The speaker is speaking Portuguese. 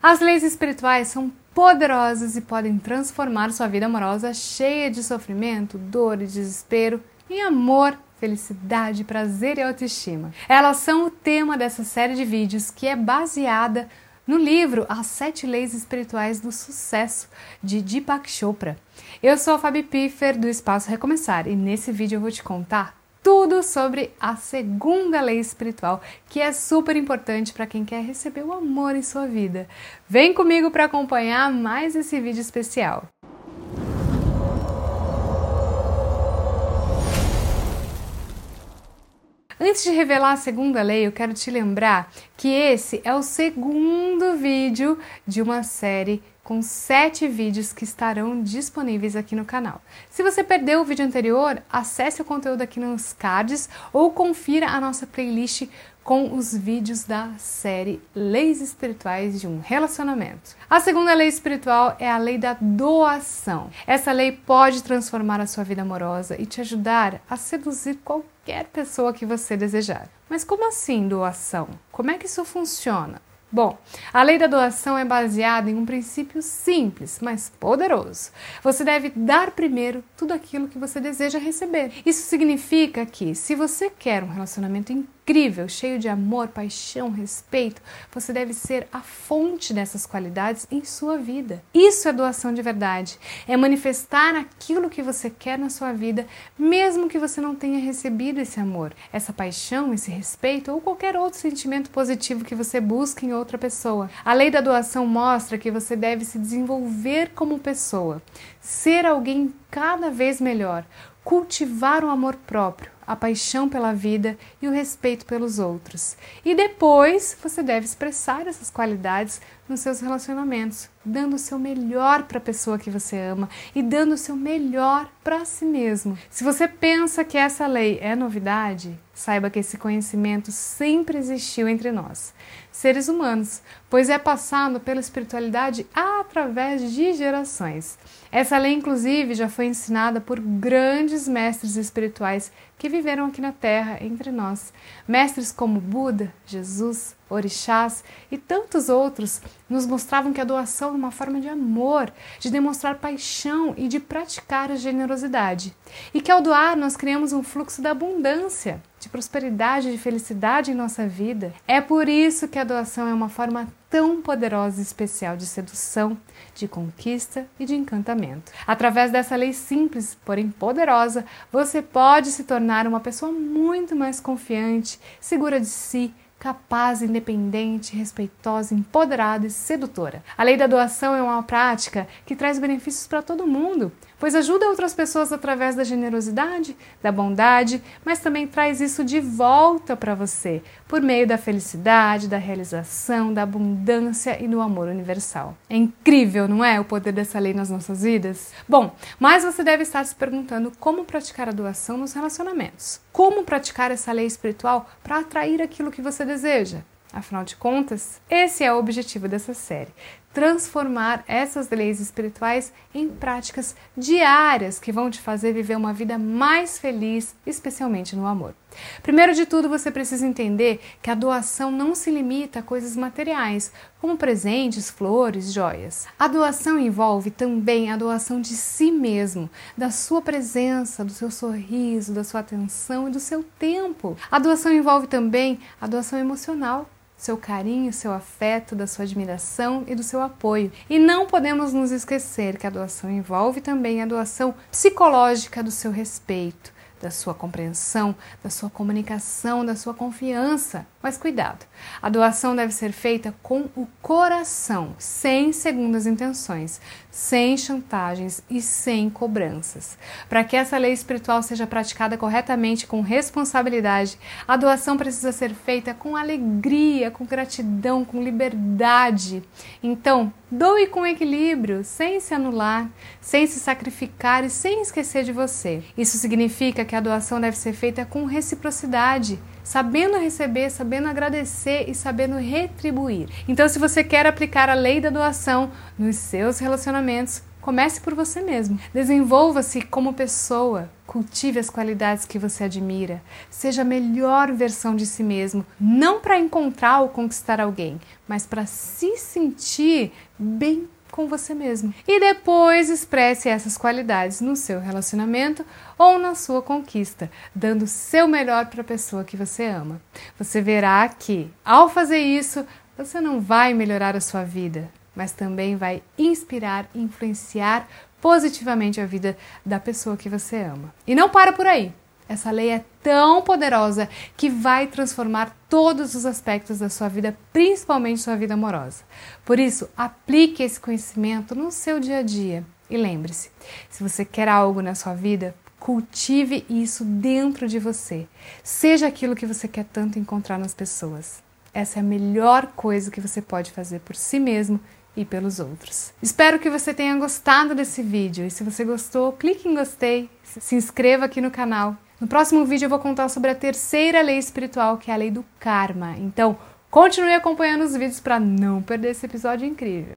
As leis espirituais são poderosas e podem transformar sua vida amorosa cheia de sofrimento, dor e desespero em amor, felicidade, prazer e autoestima. Elas são o tema dessa série de vídeos que é baseada no livro As 7 Leis Espirituais do Sucesso, de Deepak Chopra. Eu sou a Fabi Piffer, do Espaço Recomeçar, e nesse vídeo eu vou te contar tudo sobre a segunda lei espiritual, que é super importante para quem quer receber o amor em sua vida. Vem comigo para acompanhar mais esse vídeo especial. Antes de revelar a segunda lei, eu quero te lembrar que esse é o segundo vídeo de uma série com 7 vídeos que estarão disponíveis aqui no canal. Se você perdeu o vídeo anterior, acesse o conteúdo aqui nos cards ou confira a nossa playlist com os vídeos da série Leis Espirituais de um Relacionamento. A segunda lei espiritual é a lei da doação. Essa lei pode transformar a sua vida amorosa e te ajudar a seduzir qualquer pessoa que você desejar. Mas como assim doação? Como é que isso funciona? Bom, a lei da doação é baseada em um princípio simples, mas poderoso. Você deve dar primeiro tudo aquilo que você deseja receber. Isso significa que, se você quer um relacionamento incrível, cheio de amor, paixão, respeito, você deve ser a fonte dessas qualidades em sua vida. Isso é doação de verdade. É manifestar aquilo que você quer na sua vida, mesmo que você não tenha recebido esse amor, essa paixão, esse respeito ou qualquer outro sentimento positivo que você busca em outra pessoa. A lei da doação mostra que você deve se desenvolver como pessoa, ser alguém cada vez melhor, cultivar o amor próprio, a paixão pela vida e o respeito pelos outros. E depois você deve expressar essas qualidades nos seus relacionamentos, dando o seu melhor para a pessoa que você ama e dando o seu melhor para si mesmo. Se você pensa que essa lei é novidade, saiba que esse conhecimento sempre existiu entre nós, seres humanos, pois é passado pela espiritualidade através de gerações. Essa lei, inclusive, já foi ensinada por grandes mestres espirituais que viveram aqui na Terra, entre nós. Mestres como Buda, Jesus, orixás e tantos outros nos mostravam que a doação é uma forma de amor, de demonstrar paixão e de praticar a generosidade. E que ao doar nós criamos um fluxo da abundância, de prosperidade, de felicidade em nossa vida. É por isso que a doação é uma forma tão poderosa e especial de sedução, de conquista e de encantamento. Através dessa lei simples, porém poderosa, você pode se tornar uma pessoa muito mais confiante, segura de si, capaz, independente, respeitosa, empoderada e sedutora. A lei da doação é uma prática que traz benefícios para todo mundo, pois ajuda outras pessoas através da generosidade, da bondade, mas também traz isso de volta para você, por meio da felicidade, da realização, da abundância e do amor universal. É incrível, não é, o poder dessa lei nas nossas vidas? Bom, mas você deve estar se perguntando como praticar a doação nos relacionamentos. Como praticar essa lei espiritual para atrair aquilo que você deseja? Afinal de contas, esse é o objetivo dessa série. Transformar essas leis espirituais em práticas diárias que vão te fazer viver uma vida mais feliz, especialmente no amor. Primeiro de tudo, você precisa entender que a doação não se limita a coisas materiais, como presentes, flores, joias. A doação envolve também a doação de si mesmo, da sua presença, do seu sorriso, da sua atenção e do seu tempo. A doação envolve também a doação emocional, seu carinho, seu afeto, da sua admiração e do seu apoio. E não podemos nos esquecer que a doação envolve também a doação psicológica do seu respeito, da sua compreensão, da sua comunicação, da sua confiança. Mas cuidado, a doação deve ser feita com o coração, sem segundas intenções, sem chantagens e sem cobranças. Para que essa lei espiritual seja praticada corretamente, com responsabilidade, a doação precisa ser feita com alegria, com gratidão, com liberdade. Então, doe com equilíbrio, sem se anular, sem se sacrificar e sem esquecer de você. Isso significa que a doação deve ser feita com reciprocidade, sabendo receber, sabendo agradecer e sabendo retribuir. Então, se você quer aplicar a lei da doação nos seus relacionamentos, comece por você mesmo. Desenvolva-se como pessoa, Cultive as qualidades que você admira. Seja a melhor versão de si mesmo, não para encontrar ou conquistar alguém, mas para se sentir bem com você mesmo. E depois expresse essas qualidades no seu relacionamento ou na sua conquista, dando o seu melhor para a pessoa que você ama. Você verá que, ao fazer isso, você não vai melhorar a sua vida, mas também vai inspirar e influenciar positivamente a vida da pessoa que você ama. E não para por aí. Essa lei é tão poderosa que vai transformar todos os aspectos da sua vida, principalmente sua vida amorosa. Por isso, aplique esse conhecimento no seu dia a dia. E lembre-se, se você quer algo na sua vida, cultive isso dentro de você. Seja aquilo que você quer tanto encontrar nas pessoas. Essa é a melhor coisa que você pode fazer por si mesmo e pelos outros. Espero que você tenha gostado desse vídeo. E se você gostou, clique em gostei, se inscreva aqui no canal. No próximo vídeo eu vou contar sobre a terceira lei espiritual, que é a lei do karma. Então, continue acompanhando os vídeos para não perder esse episódio incrível.